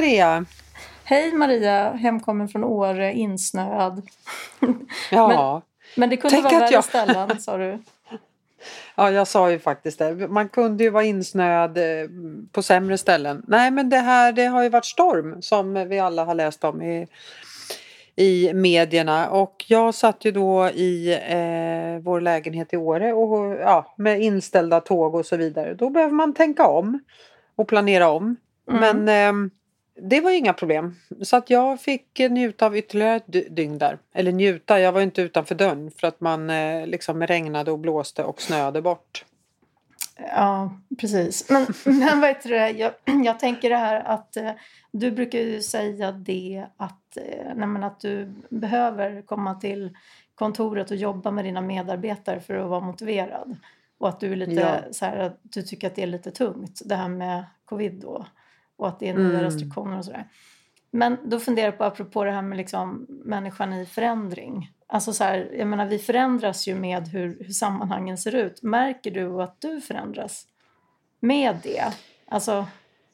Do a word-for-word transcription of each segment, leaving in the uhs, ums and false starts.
Maria! Hej Maria, hemkommen från Åre, insnöad. Ja. men, men det kunde Tänk vara värre jag... ställen, sa du. Ja, jag sa ju faktiskt det. Man kunde ju vara insnöad på sämre ställen. Nej, men det här det har ju varit storm som vi alla har läst om i, i medierna. Och jag satt ju då i eh, vår lägenhet i Åre och, ja, med inställda tåg och så vidare. Då behöver man tänka om och planera om. Mm. Men eh, det var ju inga problem. Så att jag fick njuta av ytterligare ett dygn där. Eller njuta, jag var inte utanför dörren för att man eh, liksom regnade och blåste och snöade bort. Ja, precis. Men, men vad heter det? Jag, jag tänker det här att eh, du brukar ju säga det att, eh, nej, men att du behöver komma till kontoret och jobba med dina medarbetare för att vara motiverad. Och att du är lite Ja. så här, att du tycker att det är lite tungt, det här med covid då. Och att det är nya Mm. restriktioner och sådär. Men då funderar jag på, apropå det här med liksom människan i förändring. Alltså så här, jag menar, vi förändras ju med hur, hur sammanhangen ser ut. Märker du att du förändras med det? Alltså...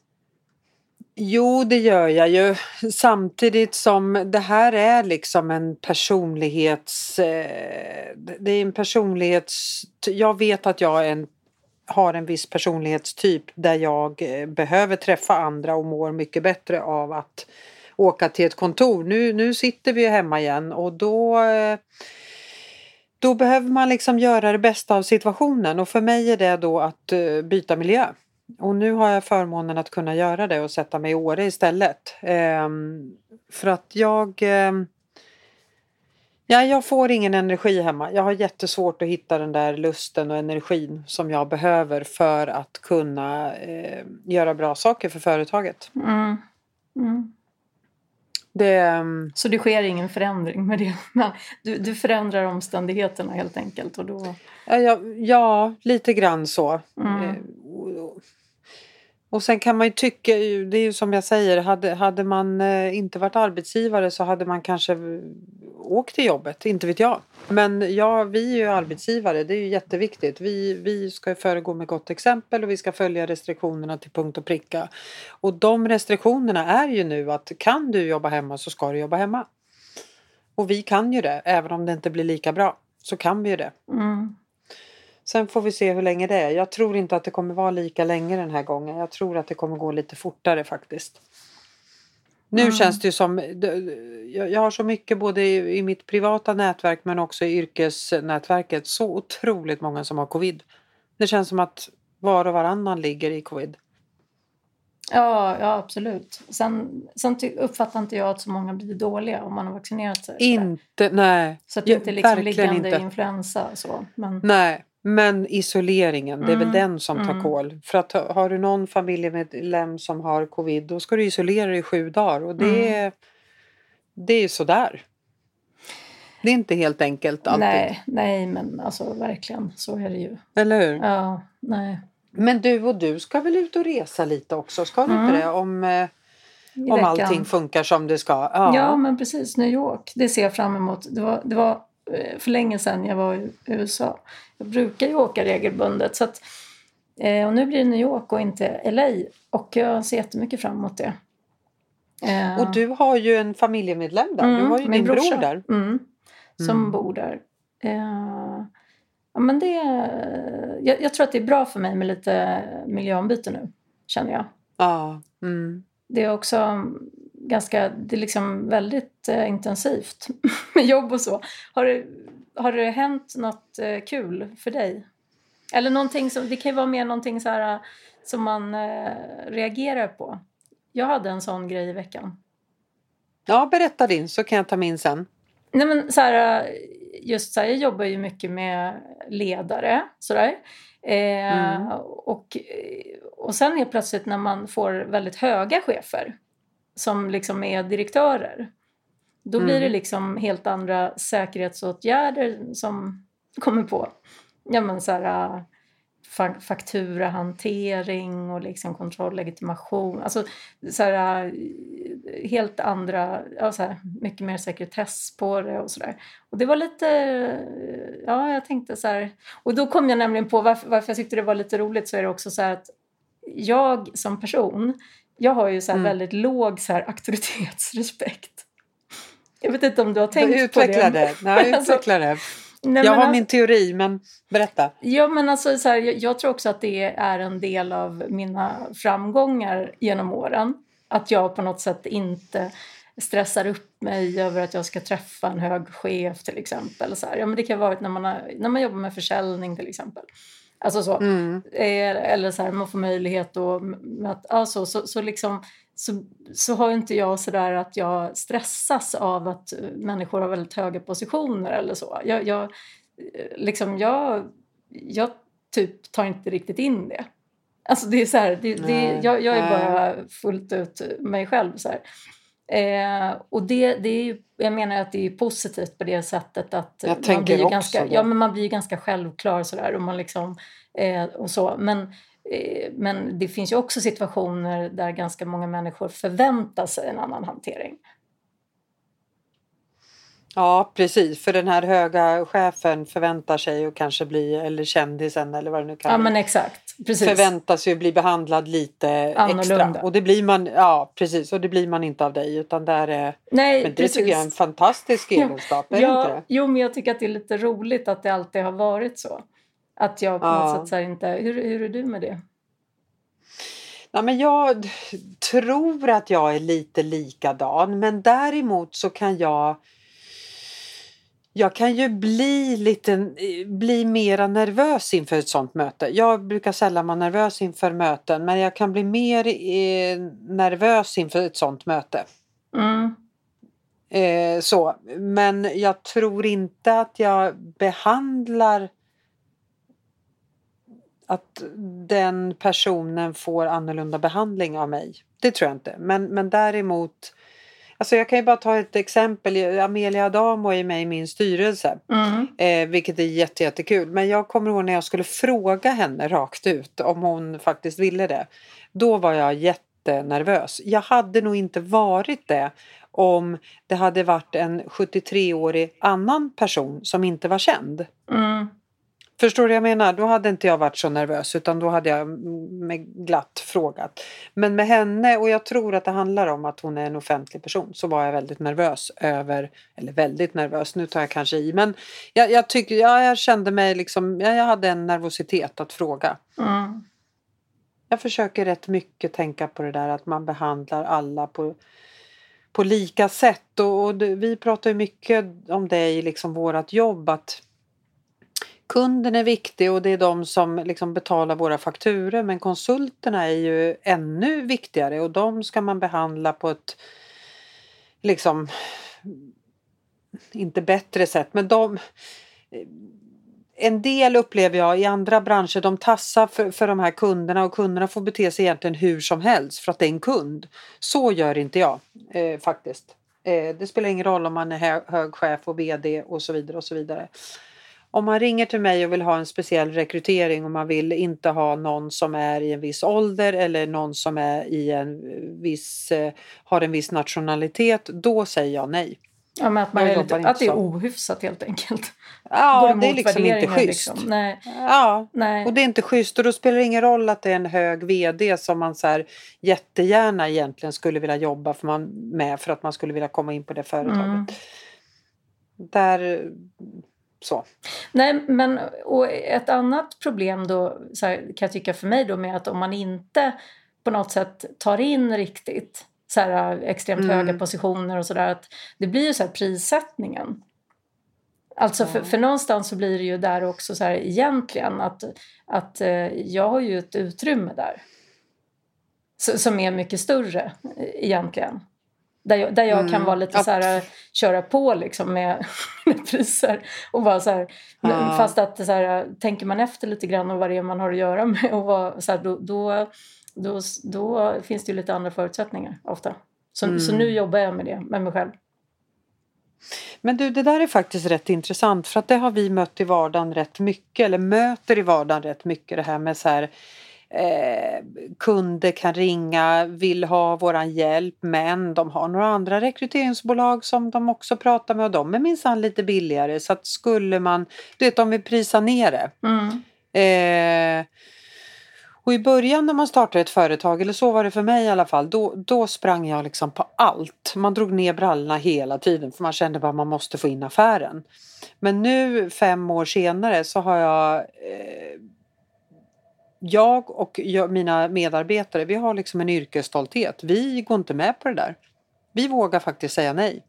Jo, det gör jag ju. Samtidigt som det här är liksom en personlighets... Eh, det är en personlighets... Jag vet att jag är en, har en viss personlighetstyp där jag eh, behöver träffa andra och mår mycket bättre av att åka till ett kontor. Nu, nu sitter vi hemma igen och då... Eh, då behöver man liksom göra det bästa av situationen. Och för mig är det då att eh, byta miljö. Och nu har jag förmånen att kunna göra det och sätta mig i Åre istället. Ehm, för att jag... Ehm, ja, jag får ingen energi hemma. Jag har jättesvårt att hitta den där lusten och energin som jag behöver för att kunna eh, göra bra saker för företaget. Mm. Mm. Det, Så det sker ingen förändring med det? Men du, du förändrar omständigheterna helt enkelt? Och då... ja, ja, lite grann så. Mm. Eh, och, och sen kan man ju tycka, det är ju som jag säger, hade, hade man eh, inte varit arbetsgivare så hade man kanske åkt till jobbet, inte vet jag. Men ja, vi är ju arbetsgivare, det är ju jätteviktigt. Vi, vi ska föregå med gott exempel och vi ska följa restriktionerna till punkt och pricka. Och de restriktionerna är ju nu att kan du jobba hemma så ska du jobba hemma. Och vi kan ju det, även om det inte blir lika bra så kan vi ju det. Mm. Sen får vi se hur länge det är. Jag tror inte att det kommer vara lika länge den här gången. Jag tror att det kommer gå lite fortare faktiskt. Nu mm. känns det ju som... Jag har så mycket både i, i mitt privata nätverk men också i yrkesnätverket. Så otroligt många som har covid. Det känns som att var och varannan ligger i covid. Ja, ja absolut. Sen, sen uppfattar inte jag att så många blir dåliga om man har vaccinerat sig. Inte, nej. Så att det inte är liksom verkligen liggande inte. influensa. Så. Men... Nej. Men isoleringen, det är Mm, väl den som tar mm. kål. För att har du någon familjemedlem som har covid, då ska du isolera dig i sju dagar. Och det, Mm. är, det är sådär. Det är inte helt enkelt alltid. Nej, nej, men alltså verkligen, så är det ju. Eller hur? Ja, nej. Men du och du ska väl ut och resa lite också? Ska du Mm. inte det? Om, eh, om allting funkar som det ska. Ja. ja, men precis. New York, det ser jag fram emot. Det var... Det var för länge sedan jag var i U S A. Jag brukar ju åka regelbundet. Så att, eh, och nu blir det New York och inte L A. Och jag ser jättemycket fram emot det. Eh, och du har ju en familjemedlem där. Mm, du har ju din brorsa, bror där. Mm, som mm. bor där. Eh, ja, men det, jag, jag tror att det är bra för mig med lite miljöombyte nu. Känner jag. Ja. Mm. Det är också... ganska, det är liksom väldigt eh, intensivt med jobb och så. Har det, har det hänt något eh, kul för dig? Eller någonting som, det kan ju vara mer någonting så här som man eh, reagerar på. Jag hade en sån grej i veckan. Ja, berätta din så kan jag ta min sen. Nej men så här, just så här, jag jobbar ju mycket med ledare sådär. Eh, mm. och, och sen är plötsligt när man får väldigt höga chefer som liksom är direktörer. Då blir mm. det liksom helt andra säkerhetsåtgärder som kommer på. Ja men så här fakturahantering och liksom kontrolllegitimation. Alltså så här helt andra, ja så här mycket mer sekretess på det och sådär. Och det var lite, ja jag tänkte så här. Och då kom jag nämligen på varför, varför jag tyckte det var lite roligt så är det också så här att jag som person Jag har ju så här Mm. väldigt låg så här auktoritetsrespekt. Jag vet inte om du har tänkt Utveckla på det. det. Nej, Alltså, utveckla det. nej, Jag men har alltså, min teori, men berätta. ja, men alltså, så här, jag, jag tror också att det är en del av mina framgångar genom åren. Att jag på något sätt inte stressar upp mig över att jag ska träffa en hög chef till exempel. Så här. Ja, men det kan vara när man, har, när man jobbar med försäljning till exempel. Alltså så. Mm. Eh, Eller så här, man får möjlighet att möta, alltså, så, så liksom så, så har inte jag sådär att jag stressas av att människor har väldigt höga positioner eller så. Jag, jag, liksom, jag, jag typ tar inte riktigt in det. Alltså det är så här, det, det, jag, jag är bara fullt ut mig själv så här. Eh, och det, det är ju, jag menar att det är positivt på det sättet att man blir, ju ganska, ja, men man blir ju ganska självklar så där, och man liksom, eh, och så. Men, eh, men det finns ju också situationer där ganska många människor förväntar sig en annan hantering. Ja, precis. För den här höga chefen förväntar sig och kanske bli, eller kändisen eller vad det nu kan Ja, bli. men exakt. Precis. Förväntas ju bli behandlad lite annorlunda. Extra. Och det blir man, ja precis, och det blir man inte av dig, utan där är, Nej, men det precis. tycker jag är en fantastisk egenskap, är ja, det inte det? Jo, men jag tycker att det är lite roligt att det alltid har varit så. Att jag på ja. något sätt så här inte, hur, hur är du med det? Ja, men jag tror att jag är lite likadan, men däremot så kan jag Jag kan ju bli lite bli mera nervös inför ett sånt möte. Jag brukar sällan vara nervös inför möten, men jag kan bli mer eh, nervös inför ett sånt möte. Mm. Eh, så, men jag tror inte att jag behandlar att den personen får annorlunda behandling av mig. Det tror jag inte. Men, men däremot, alltså jag kan ju bara ta ett exempel. Amelia Adamo är med i min styrelse. Mm. Eh, vilket är jätte, jättekul. Men jag kommer ihåg när jag skulle fråga henne rakt ut om hon faktiskt ville det. Då var jag jättenervös. Jag hade nog inte varit det om det hade varit en sjuttiotre-årig annan person som inte var känd. Mm. Förstår du vad jag menar? Då hade inte jag varit så nervös, utan då hade jag med glatt frågat. Men med henne, och jag tror att det handlar om att hon är en offentlig person, så var jag väldigt nervös över, eller väldigt nervös, nu tar jag kanske i, men jag, jag tycker, ja, jag kände mig liksom, ja, jag hade en nervositet att fråga. Mm. Jag försöker rätt mycket tänka på det där att man behandlar alla på, på lika sätt, och, och det, vi pratar ju mycket om det i liksom vårat jobb, att kunden är viktig och det är de som liksom betalar våra fakturer, men konsulterna är ju ännu viktigare och de ska man behandla på ett liksom inte bättre sätt, men de en del upplever jag i andra branscher, de tassar för, för de här kunderna, och kunderna får bete sig egentligen hur som helst för att det är en kund. Så gör inte jag eh, faktiskt. Eh, det spelar ingen roll om man är hö- hög chef och vd och så vidare och så vidare. Om man ringer till mig och vill ha en speciell rekrytering och man vill inte ha någon som är i en viss ålder eller någon som är i en viss, eh, har en viss nationalitet, då säger jag nej. Ja, men att, man Jag är lite, jobbar inte att det är så. ohyfsat helt enkelt. Ja, Går det är emot liksom inte värderingar, schysst. liksom. Nej. Ja, Nej. och det är inte schysst, och då spelar det ingen roll att det är en hög vd som man så här jättegärna egentligen skulle vilja jobba för man, med för att man skulle vilja komma in på det företaget. Mm. Där, så. Nej, men och ett annat problem då, så här, kan jag tycka för mig då, med att om man inte på något sätt tar in riktigt så här extremt Mm. höga positioner och sådär, att det blir ju så här prissättningen. Alltså Ja. för, för någonstans så blir det ju där också så här egentligen att, att eh, jag har ju ett utrymme där så, som är mycket större eh, egentligen. Där jag, där jag Mm. kan vara lite Ja. så här, köra på liksom med, med priser och vara så här, Ja. fast att så här, tänker man efter lite grann och vad det är man har att göra med och vad, så här, då, då, då, då finns det ju lite andra förutsättningar ofta. Så, Mm. så nu jobbar jag med det, med mig själv. Men du, det där är faktiskt rätt intressant, för att det har vi mött i vardagen rätt mycket, eller möter i vardagen rätt mycket, det här med så här eh, kunder kan ringa, vill ha våran hjälp, men de har några andra rekryteringsbolag som de också pratar med, och de är minsann lite billigare, så att skulle man, du vet, de vill prisa ner det. Mm. Eh, Och i början när man startade ett företag, eller så var det för mig i alla fall, då, då sprang jag liksom på allt. Man drog ner brallorna hela tiden för man kände bara att man måste få in affären. Men nu fem år senare så har jag, eh, jag och jag, mina medarbetare, vi har liksom en yrkesstolthet. Vi går inte med på det där. Vi vågar faktiskt säga nej.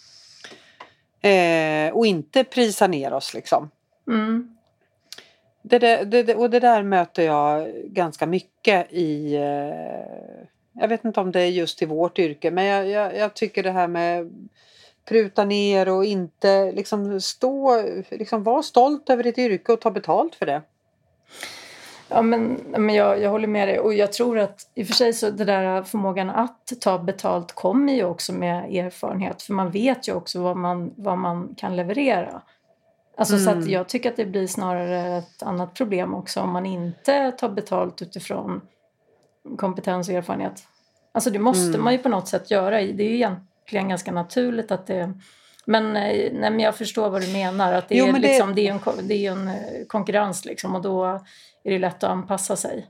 Eh, och inte prisa ner oss liksom. Mm. Det där, det, och det där möter jag ganska mycket i, eh, jag vet inte om det är just i vårt yrke, men jag, jag, jag tycker det här med pruta ner och inte liksom stå, liksom vara stolt över ditt yrke och ta betalt för det. Ja, men, men jag, jag håller med dig, och jag tror att i och för sig så det där förmågan att ta betalt kommer ju också med erfarenhet, för man vet ju också vad man, vad man kan leverera. Alltså mm. så att jag tycker att det blir snarare ett annat problem också om man inte tar betalt utifrån kompetens och erfarenhet. Alltså det måste mm. man ju på något sätt göra. Det är ju egentligen ganska naturligt att det... Men, nej, men jag förstår vad du menar. Att det, jo, är, det... Liksom, det, är en, det är en konkurrens liksom, och då är det lätt att anpassa sig.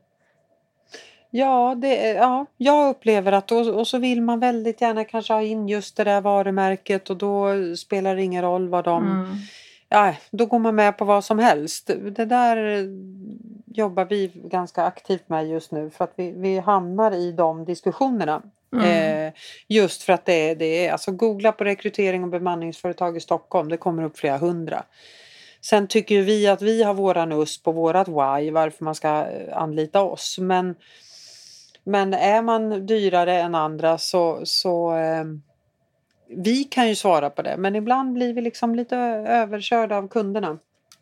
Ja, det, ja, jag upplever att och, och så vill man väldigt gärna kanske ha in just det där varumärket, och då spelar det ingen roll vad de... Mm. Ja, då går man med på vad som helst. Det där jobbar vi ganska aktivt med just nu, för att vi, vi hamnar i de diskussionerna. Mm. Eh, just för att det är, det är, alltså googla på rekrytering och bemanningsföretag i Stockholm, det kommer upp flera hundra. Sen tycker vi att vi har våran U S P och vårat why, varför man ska anlita oss. Men, men är man dyrare än andra så... så eh, vi kan ju svara på det, men ibland blir vi liksom lite överkörda av kunderna.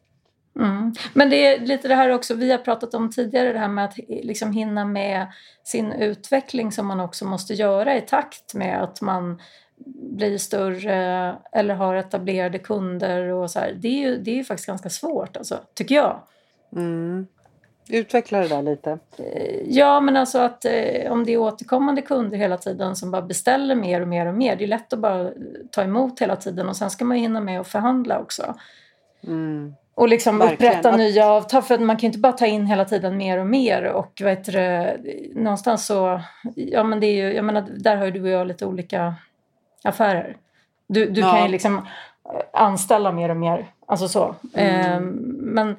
Mm. Men det är lite det här också, vi har pratat om tidigare, det här med att liksom hinna med sin utveckling som man också måste göra i takt med att man blir större eller har etablerade kunder och så här. Det är ju, det är ju faktiskt ganska svårt alltså, tycker jag. Mm. Utveckla det där lite. Ja, men alltså att eh, om det är återkommande kunder hela tiden som bara beställer mer och mer och mer. Det är lätt att bara ta emot hela tiden, och sen ska man hinna med att förhandla också. Mm. Och liksom Verkligen. upprätta att... nya avtal, för att man kan ju inte bara ta in hela tiden mer och mer. Och vad heter det, någonstans så, ja men det är ju, jag menar, där har ju du och jag lite olika affärer. Du, du ja. kan ju liksom anställa mer och mer, alltså så. Mm. Eh, men...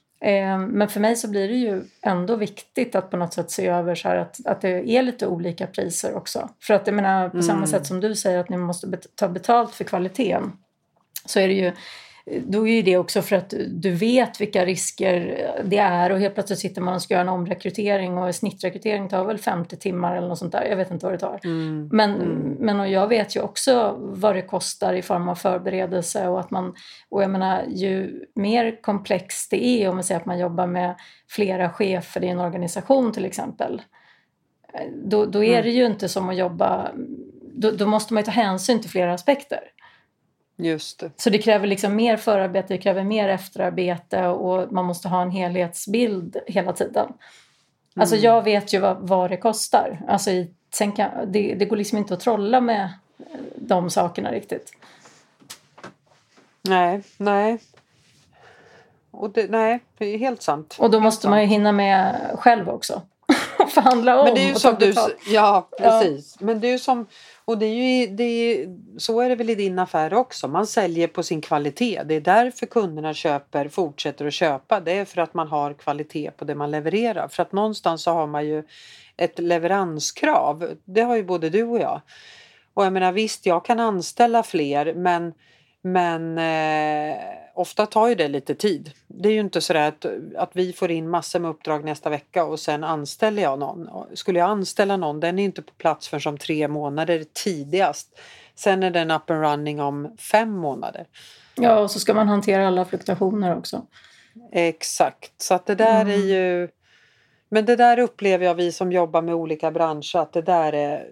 Men för mig så blir det ju ändå viktigt att på något sätt se över så här att, att det är lite olika priser också. För att jag menar, på mm. samma sätt som du säger att ni måste bet- ta betalt för kvaliteten, så är det ju, då är ju det också för att du vet vilka risker det är, och helt plötsligt sitter man och ska göra en omrekrytering, och snittrekrytering tar väl femtio timmar eller något sånt där, jag vet inte vad det tar. Mm. Men, mm. men och jag vet ju också vad det kostar i form av förberedelse, och att man, och jag menar, ju mer komplext det är, om man säger att man jobbar med flera chefer i en organisation till exempel, då, då är mm. det ju inte som att jobba, då, då måste man ju ta hänsyn till flera aspekter. Just det. Så det kräver liksom mer förarbete, det kräver mer efterarbete, och man måste ha en helhetsbild hela tiden. Mm. Alltså jag vet ju vad, vad det kostar. Alltså i, sen kan, det, det går liksom inte att trolla med de sakerna riktigt. Nej, nej. Och det, nej, det är helt sant. Och då helt måste sant. man ju hinna med själv också. Och förhandla om. Men det är ju och som du, ja, precis. Ja. Men det är ju som, och det är ju, det är, så är det väl i din affär också. Man säljer på sin kvalitet. Det är därför kunderna köper, fortsätter att köpa. Det är för att man har kvalitet på det man levererar. För att någonstans så har man ju ett leveranskrav. Det har ju både du och jag. Och jag menar visst, jag kan anställa fler, men Men eh, ofta tar ju det lite tid. Det är ju inte så att, att vi får in massor med uppdrag nästa vecka och sen anställer jag någon. Skulle jag anställa någon, den är inte på plats förrän om tre månader tidigast. Sen är den up and running om fem månader. Ja, och så ska man hantera alla fluktuationer också. Exakt, så att det där mm. är ju... Men det där upplever jag, vi som jobbar med olika branscher, att det där är...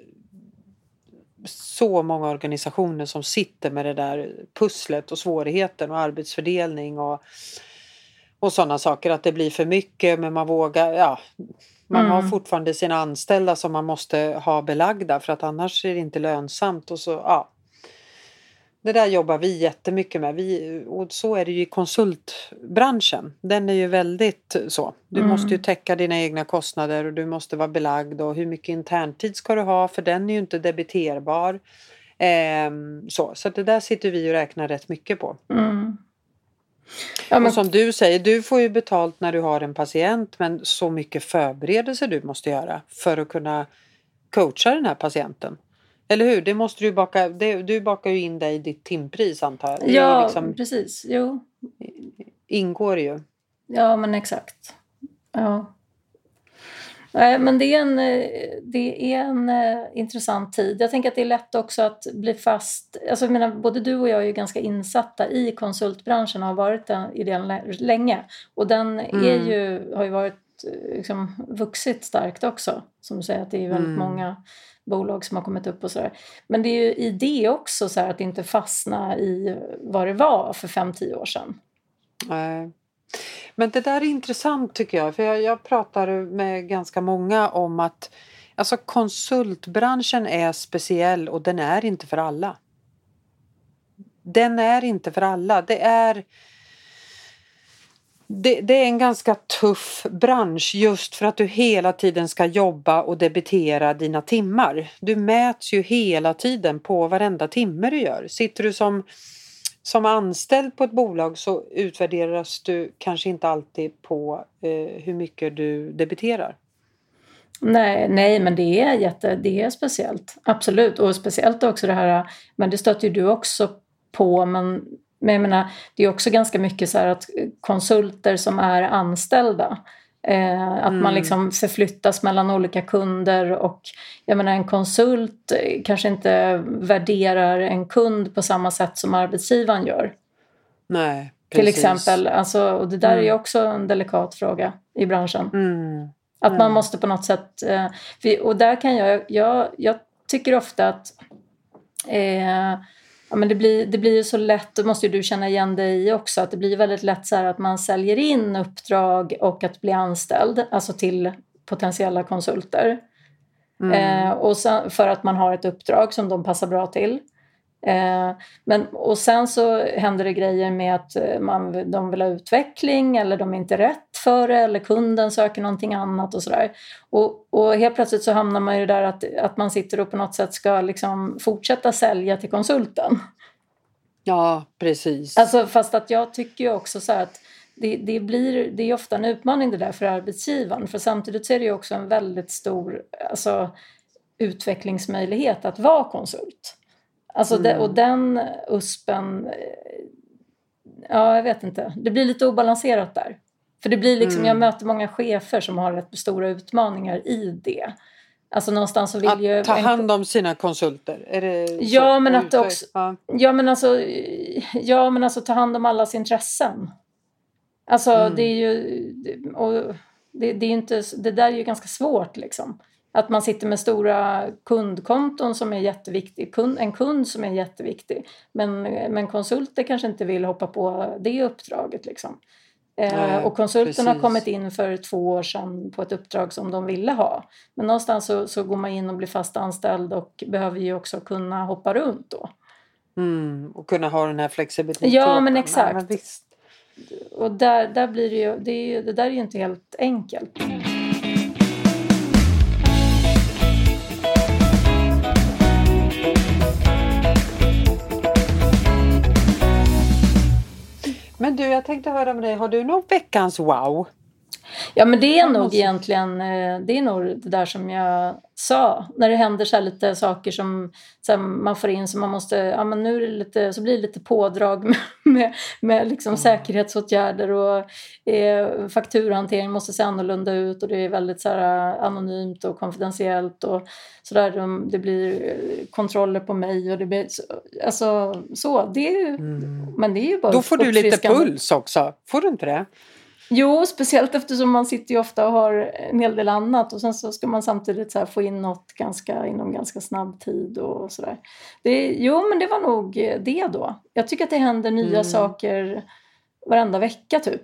så många organisationer som sitter med det där pusslet och svårigheten och arbetsfördelning och, och sådana saker, att det blir för mycket, men man vågar, ja, man mm. har fortfarande sina anställda som man måste ha belagda, för att annars är det inte lönsamt, och så, ja. Det där jobbar vi jättemycket med. Vi, och så är det ju i konsultbranschen. Den är ju väldigt så. Du Mm. måste ju täcka dina egna kostnader och du måste vara belagd. Och hur mycket interntid ska du ha? För den är ju inte debiterbar. Ehm, så så att det där sitter vi och räknar rätt mycket på. Mm. Ja, men... Och som du säger, du får ju betalt när du har en patient. Men så mycket förberedelse du måste göra för att kunna coacha den här patienten. Eller hur? Det måste du baka, det, du bakar ju in dig i ditt timpris antar jag. Det ja, liksom, precis. Jo. Ingår ju. Ja, men exakt. Ja. Nej, men det är en, det är en uh, intressant tid. Jag tänker att det är lätt också att bli fast. Alltså, jag menar, både du och jag är ju ganska insatta i konsultbranschen och har varit i den länge. Och den är Mm. ju, har ju varit liksom, vuxit starkt också. Som du säger, att det är väldigt mm. många bolag som har kommit upp och sådär. Men det är ju i det också så här att inte fastna i vad det var för fem till tio år sedan. Nej. Men det där är intressant tycker jag. För jag, jag pratar med ganska många om att alltså konsultbranschen är speciell och den är inte för alla. Den är inte för alla. Det är... Det, det är en ganska tuff bransch just för att du hela tiden ska jobba och debitera dina timmar. Du mäts ju hela tiden på varenda timme du gör. Sitter du som, som anställd på ett bolag så utvärderas du kanske inte alltid på eh, hur mycket du debiterar. Nej, nej, men det är jätte, det är speciellt. Absolut. Och speciellt också det här, men det stöter ju du också på, men... Men jag menar, det är också ganska mycket så här att konsulter som är anställda. Eh, att mm. man liksom förflyttas mellan olika kunder. Och jag menar, en konsult kanske inte värderar en kund på samma sätt som arbetsgivaren gör. Nej, precis. Till exempel. Alltså, och det där mm. är ju också en delikat fråga i branschen. Mm. Att ja. man måste på något sätt... Eh, och där kan jag... Jag, jag tycker ofta att... Eh, Ja, men det blir, det blir ju så lätt, och måste ju du känna igen dig i också, att det blir väldigt lätt så här att man säljer in uppdrag och att bli anställd, alltså till potentiella konsulter. Mm. Eh, och sen, för att man har ett uppdrag som de passar bra till. Eh, men, och sen så händer det grejer med att man, de vill ha utveckling eller de är inte rätt för det eller kunden söker någonting annat och sådär. Och, och helt plötsligt så hamnar man ju där att, att man sitter och på något sätt ska liksom fortsätta sälja till konsulten. Ja, precis. Alltså fast att jag tycker ju också så här att det, det blir, det är ofta en utmaning det där för arbetsgivaren. För samtidigt så är det ju också en väldigt stor alltså, utvecklingsmöjlighet att vara konsult. Alltså mm. det, och den uspen, ja jag vet inte, det blir lite obalanserat där. För det blir liksom, mm. jag möter många chefer som har rätt stora utmaningar i det. Alltså någonstans så vill att ju... ta hand om sina konsulter, är det ja, så? Men att också, ja. ja men alltså ja men alltså ta hand om allas intressen. Alltså mm. det är ju och det, det är inte, det där är ju ganska svårt liksom. Att man sitter med stora kundkonton som är jätteviktig. Kund, en kund som är jätteviktig. Men, men konsulter kanske inte vill hoppa på det uppdraget. Liksom. Nej, eh, och konsulterna har kommit in för två år sedan på ett uppdrag som de ville ha. Men någonstans så, så går man in och blir fast anställd och behöver ju också kunna hoppa runt då. Mm, och kunna ha den här flexibiliteten. Ja, men exakt. Ja, men visst. Och där, där blir det ju, det, är ju, det där är ju inte helt enkelt. Men du, jag tänkte höra med dig, har du någon veckans wow? Ja, men det är nog egentligen, det är nog det där som jag sa. När det händer så här lite saker som så här, man får in så man måste, ja men nu är det lite, så blir det lite pådrag med, med, med liksom mm. säkerhetsåtgärder och eh, fakturhantering måste se annorlunda ut och det är väldigt så här anonymt och konfidentiellt och sådär. Det blir kontroller på mig och det blir, alltså så, det är ju, mm. men det är ju bara då får du lite puls också, får du inte det? Jo, speciellt eftersom man sitter ju ofta och har en hel del annat och sen så ska man samtidigt så här få in något ganska, inom ganska snabb tid och sådär. Det, jo, men det var nog det då. Jag tycker att det händer nya mm. saker varenda vecka typ.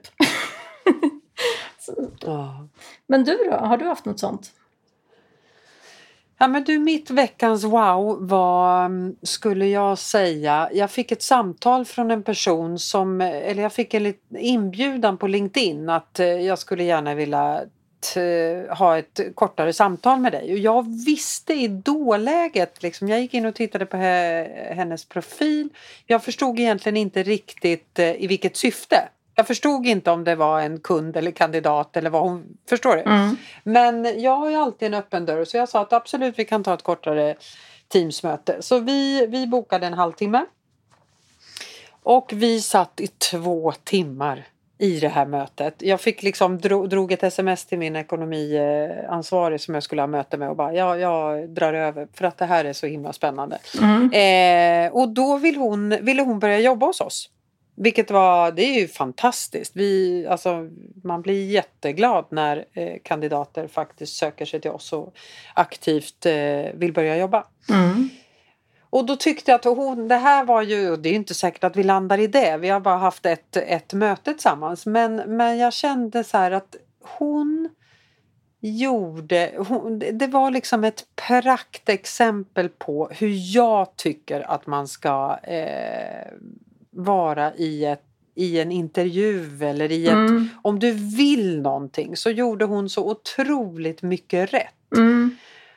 så. Ja. Men du då, har du haft något sånt? Ja men du, mitt veckans wow var, skulle jag säga, jag fick ett samtal från en person som, eller jag fick en liten inbjudan på LinkedIn att jag skulle gärna vilja t- ha ett kortare samtal med dig. Och jag visste i dåläget, liksom, jag gick in och tittade på he- hennes profil. Jag förstod egentligen inte riktigt i vilket syfte. Jag förstod inte om det var en kund eller kandidat eller vad hon, förstår du? Mm. Men jag har ju alltid en öppen dörr så jag sa att absolut vi kan ta ett kortare Teamsmöte. Så vi, vi bokade en halvtimme. Och vi satt i två timmar i det här mötet. Jag fick liksom dro, drog ett sms till min ekonomiansvarig som jag skulle ha möte med och bara ja, jag drar över för att det här är så himla spännande. Mm. Eh, och då vill hon, ville hon börja jobba hos oss. Vilket var, det är ju fantastiskt. Vi, alltså, man blir jätteglad när eh, kandidater faktiskt söker sig till oss och aktivt eh, vill börja jobba. Mm. Och då tyckte jag att hon, det här var ju, det är ju inte säkert att vi landar i det. Vi har bara haft ett, ett möte tillsammans. Men, men jag kände så här att hon gjorde, hon, det var liksom ett praktexempel på hur jag tycker att man ska eh, vara i ett i en intervju eller i ett, Mm. om du vill någonting så gjorde hon så otroligt mycket rätt. Mm.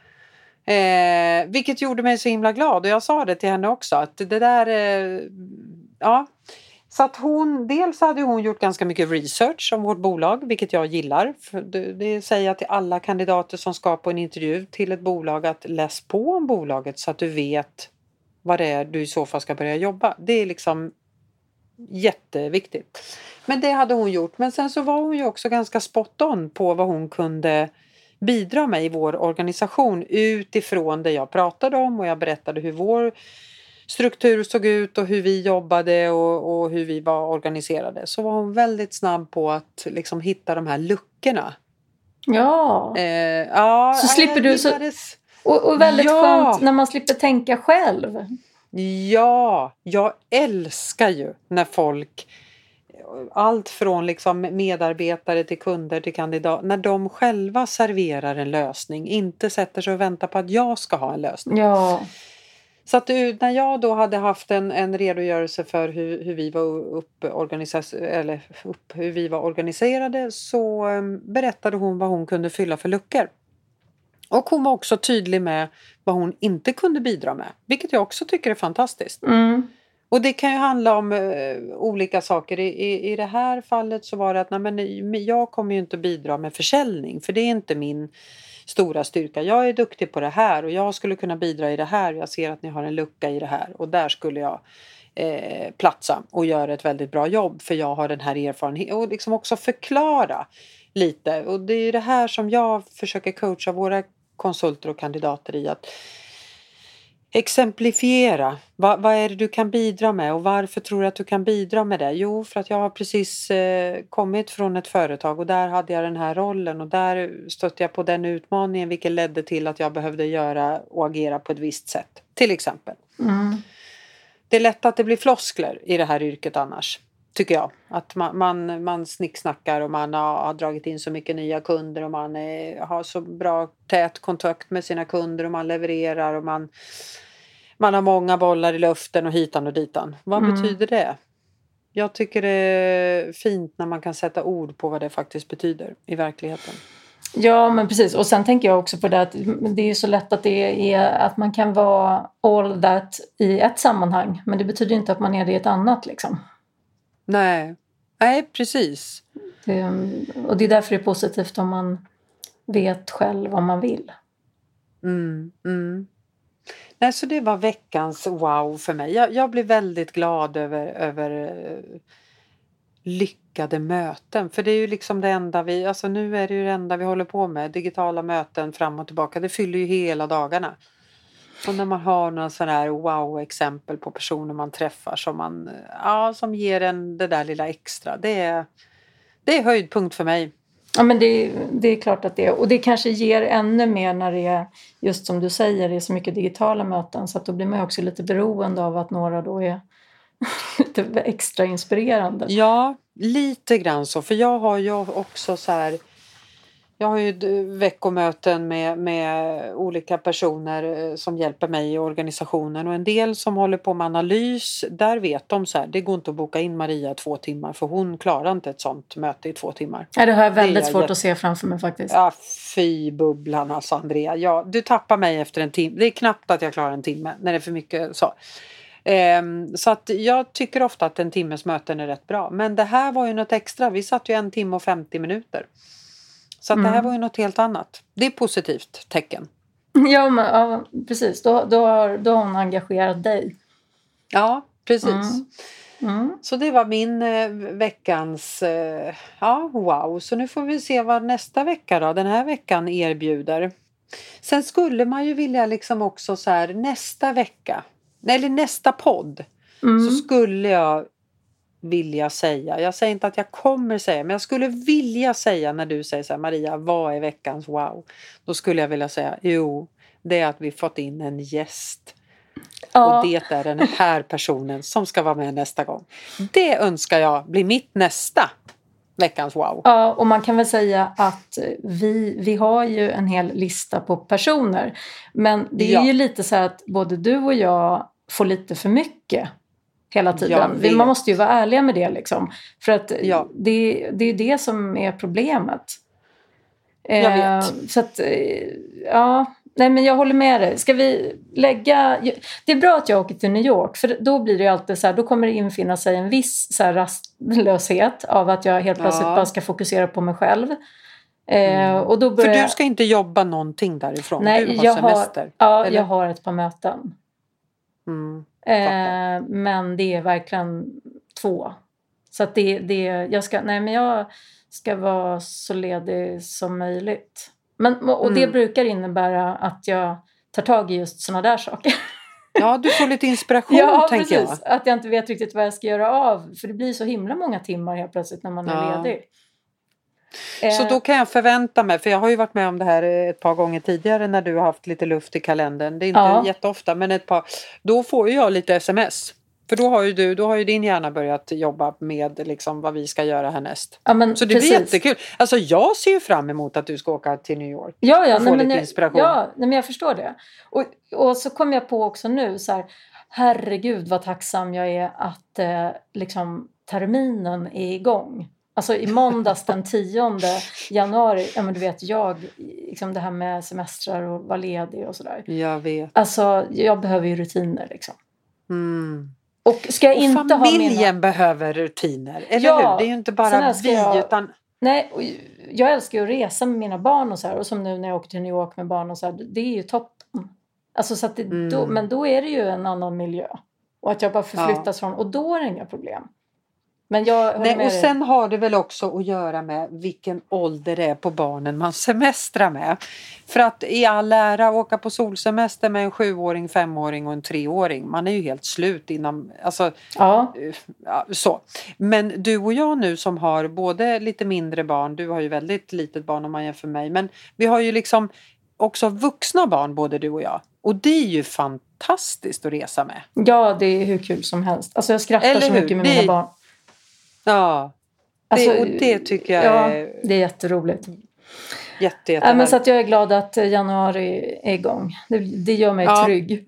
Eh, vilket gjorde mig så himla glad och jag sa det till henne också att det där, eh, ja. Så att hon, dels hade hon gjort ganska mycket research om vårt bolag, vilket jag gillar. För det, det säger jag till alla kandidater som ska på en intervju till ett bolag att läs på om bolaget så att du vet vad det är du i så fall ska börja jobba. Det är liksom jätteviktigt. Men det hade hon gjort. Men sen så var hon ju också ganska spot on på vad hon kunde bidra med i vår organisation utifrån det jag pratade om och jag berättade hur vår struktur såg ut och hur vi jobbade och, och hur vi var organiserade. Så var hon väldigt snabb på att liksom hitta de här luckorna. Ja. Eh, ja så slipper du så, och, och väldigt ja. skönt när man slipper tänka själv. Ja, jag älskar ju när folk, allt från liksom medarbetare till kunder till kandidater, när de själva serverar en lösning, inte sätter sig och väntar på att jag ska ha en lösning. Ja. Så att när jag då hade haft en, en redogörelse för hur, hur, vi var upp, eller upp, hur vi var organiserade så um, berättade hon vad hon kunde fylla för luckor. Och hon var också tydlig med vad hon inte kunde bidra med. Vilket jag också tycker är fantastiskt. Mm. Och det kan ju handla om uh, olika saker. I, i, I det här fallet så var det att nej, men jag kommer ju inte bidra med försäljning. För det är inte min stora styrka. Jag är duktig på det här och jag skulle kunna bidra i det här. Jag ser att ni har en lucka i det här. Och där skulle jag eh, platsa och göra ett väldigt bra jobb. För jag har den här erfarenheten. Och liksom också förklara lite. Och det är ju det här som jag försöker coacha våra konsulter och kandidater i. Att exemplifiera. Va, vad är det du kan bidra med och varför tror du att du kan bidra med det? Jo, för att jag har precis eh, kommit från ett företag och där hade jag den här rollen och där stötte jag på den utmaningen vilket ledde till att jag behövde göra och agera på ett visst sätt. Till exempel. Mm. Det är lätt att det blir floskler i det här yrket annars. Tycker jag. Att man, man, man snicksnackar och man har, har dragit in så mycket nya kunder och man är, har så bra tät kontakt med sina kunder och man levererar och man, man har många bollar i luften och hitan och ditan. Vad Mm. betyder det? Jag tycker det är fint när man kan sätta ord på vad det faktiskt betyder i verkligheten. Ja, men precis. Och sen tänker jag också på det att det är ju så lätt att det är att man kan vara all that i ett sammanhang. Men det betyder inte att man är det i ett annat liksom. Nej, nej precis. Det, och det är därför det är positivt om man vet själv vad man vill. Mm, mm. Nej, så det var veckans wow för mig. Jag, jag blev väldigt glad över, över uh, lyckade möten. För det är ju liksom det enda vi, alltså nu är det ju det enda vi håller på med. Digitala möten fram och tillbaka. Det fyller ju hela dagarna. Och när man har några sådana här wow-exempel på personer man träffar som, man, ja, som ger en det där lilla extra. Det är, det är höjdpunkt för mig. Ja, men det, det är klart att det är. Och det kanske ger ännu mer när det är, just som du säger, det är så mycket digitala möten. Så att då blir man också lite beroende av att några då är lite extra inspirerande. Ja, lite grann så. För jag har ju också så här... Jag har ju d- veckomöten med, med olika personer eh, som hjälper mig i organisationen och en del som håller på med analys, där vet de så här, det går inte att boka in Maria två timmar för hon klarar inte ett sånt möte i två timmar. Ja, det har jag Det är väldigt jag svårt jätte- att se framför mig faktiskt. Ja, fy bubblan alltså Andrea. Ja, du tappar mig efter en timme. Det är knappt att jag klarar en timme när det är för mycket så. Ehm, så att jag tycker ofta att en timmes möten är rätt bra. Men det här var ju något extra. Vi satt ju en timme och femtio minuter. Så att det här Mm. var ju något helt annat. Det är positivt tecken. Ja, men, ja precis. Då, då, har, då har hon engagerat dig. Ja, precis. Mm. Mm. Så det var min eh, veckans, eh, ja wow. Så nu får vi se vad nästa vecka då, den här veckan erbjuder. Sen skulle man ju vilja liksom också så här nästa vecka, eller nästa podd. Mm. Så skulle jag vilja säga, jag säger inte att jag kommer säga, men jag skulle vilja säga när du säger så här, Maria, vad är veckans wow? Då skulle jag vilja säga, jo, det är att vi fått in en gäst. Ja. Och det är den här personen som ska vara med nästa gång. Det önskar jag blir mitt nästa veckans wow. Ja, och man kan väl säga att vi, vi har ju en hel lista på personer. Men det är Ja. ju lite så här att både du och jag får lite för mycket hela Jag tiden. Vi, vet. man måste ju vara ärliga med det liksom. För att Ja. det, det är ju det som är problemet. Jag vet. Eh, så att, eh, ja... Nej, men jag håller med dig. Ska vi lägga... Det är bra att jag åker till New York. För då blir det ju alltid så här... Då kommer det infinna sig en viss så här rastlöshet. Av att jag helt plötsligt Ja. bara ska fokusera på mig själv. Eh, Mm. och då För börjar... du ska inte jobba någonting därifrån. Nej, du har jag semester. har, ja, eller? jag har ett par möten. Mm. Eh, men det är verkligen två. Så att det, det jag ska... Nej, men jag ska vara så ledig som möjligt. Men, och det Mm. brukar innebära att jag tar tag i just såna där saker. Ja, du får lite inspiration Ja, tänker precis. jag. Att jag inte vet riktigt vad jag ska göra av. För det blir så himla många timmar helt plötsligt när man är Ja. ledig. Så Eh, då kan jag förvänta mig, för jag har ju varit med om det här ett par gånger tidigare när du har haft lite luft i kalendern. Det är inte Ja. jätteofta, men ett par. Då får ju jag lite sms. För då har ju du, då har ju din hjärna börjat jobba med liksom vad vi ska göra härnäst. ja, men Så det precis. blir jättekul. Alltså jag ser ju fram emot att du ska åka till New York. Ja, ja, och nej, få men, lite inspiration. ja nej, men jag förstår det. Och, och så kom jag på också nu så här, herregud vad tacksam jag är att eh, liksom, terminen är igång. Alltså i måndags den tionde januari, ja men du vet jag, liksom det här med semestrar och vara ledig och sådär. Jag vet. Alltså jag behöver ju rutiner liksom. Mm. Och ska jag Och inte ha familjen mina... behöver rutiner, eller Ja, hur? Det är ju inte sen bara älskar vi jag- utan... Nej, och jag älskar ju att resa med mina barn och så här. Och som nu när jag åker till New York med barn och så här. Det är ju toppen. Alltså så att det, Mm. då, men då är det ju en annan miljö. Och att jag bara förflyttas från... Och då är det inga problem. Men jag håller Nej, med och dig. sen har det väl också att göra med vilken ålder det är på barnen man semestrar med. För att i all ära åka på solsemester med en sjuåring, femåring och en treåring. Man är ju helt slut innan, alltså Ja, ja, så. Men du och jag nu som har både lite mindre barn, du har ju väldigt litet barn om man jämför mig. Men vi har ju liksom också vuxna barn både du och jag. Och det är ju fantastiskt att resa med. ja, det är hur kul som helst. Alltså jag skrattar Eller så hur? mycket med Det- mina barn. Ja, Alltså, det, och det tycker jag ja, är det är jätteroligt. jätte, jätte Ja, men så att jag är glad att januari är igång. Det, det gör mig Ja. trygg.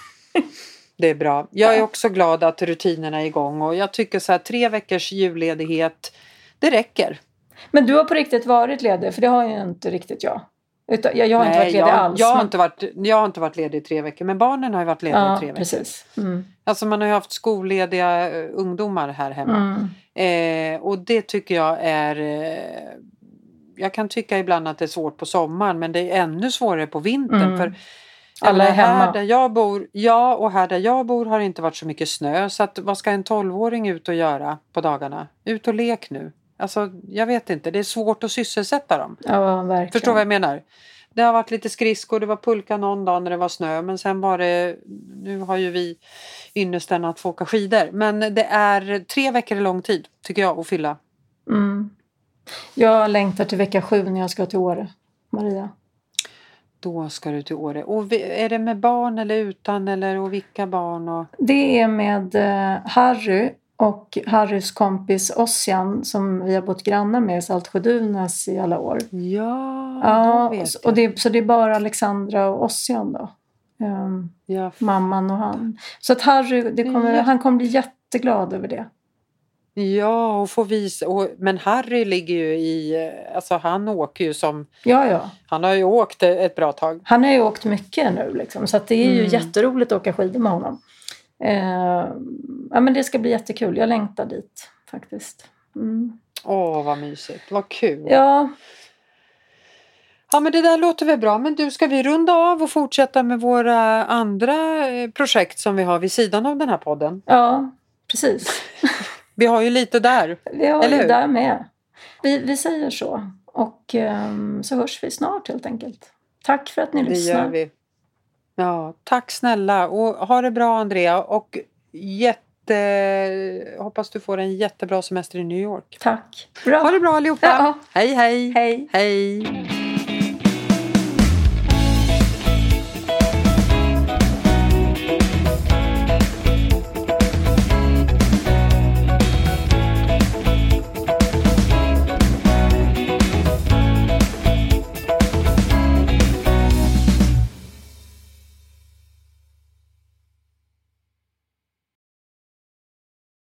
Det är bra. Jag är Ja. också glad att rutinerna är igång och jag tycker så här tre veckors julledighet, det räcker. Men du har på riktigt varit ledig, för det har ju inte riktigt jag. Utan, jag, jag har inte varit ledig jag, alls. Jag har, men- inte varit, jag har inte varit ledig i tre veckor, men barnen har ju varit lediga Ja, i tre veckor. precis. Mm. Alltså man har ju haft skollediga eh, ungdomar här hemma. Mm. Eh, och det tycker jag är... Eh, jag kan tycka ibland att det är svårt på sommaren, men det är ännu svårare på vintern. Mm. För Alla är jag menar, hemma. Här där jag bor, ja, och här där jag bor har det inte varit så mycket snö. Så att, vad ska en tolvåring ut och göra på dagarna? Ut och lek nu. Alltså, jag vet inte. Det är svårt att sysselsätta dem. Ja, verkligen. Förstår vad jag menar? Det har varit lite skridskor, det var pulka någon dag när det var snö. Men sen var det, nu har ju vi ynnesten att få åka skidor. Men det är tre veckor lång tid, tycker jag, att fylla. Mm. Jag längtar till vecka sju när jag ska till Åre, Maria. Då ska du till Åre. Och vi- är det med barn eller utan? Eller och vilka barn? Och... Det är med eh, Harry och Harrys kompis Ossian som vi har bott grannar med i Saltsjö-Duvnäs i alla år. Ja, Ja, då vet och det, så det är bara Alexandra och Ossian då. Um, ja. Mamman och han. Så att Harry, det kommer, ja. han kommer bli jätteglad över det. Ja, och få visa. Och, men Harry ligger ju i... Alltså han åker ju som... Ja, ja. Han har ju åkt ett bra tag. Han har ju åkt mycket nu liksom. Så att det är ju Mm. jätteroligt att åka skidor med honom. Eh, ja, men det ska bli jättekul. Jag längtar dit faktiskt. Mm. Åh, vad mysigt. Vad kul. Ja. Ja, men det där låter väl bra. Men du, ska vi runda av och fortsätta med våra andra projekt som vi har vid sidan av den här podden? Ja, precis. Vi har ju lite där. Vi har eller ju hur? där med. Vi, vi säger så. Och um, så hörs vi snart helt enkelt. Tack för att ni Det lyssnar. gör vi. Ja, tack snälla. Och ha det bra, Andrea. Och jätte... hoppas du får en jättebra semester i New York. Tack. Bra. Ha det bra allihopa. Ja. Hej, hej. Hej. Hej.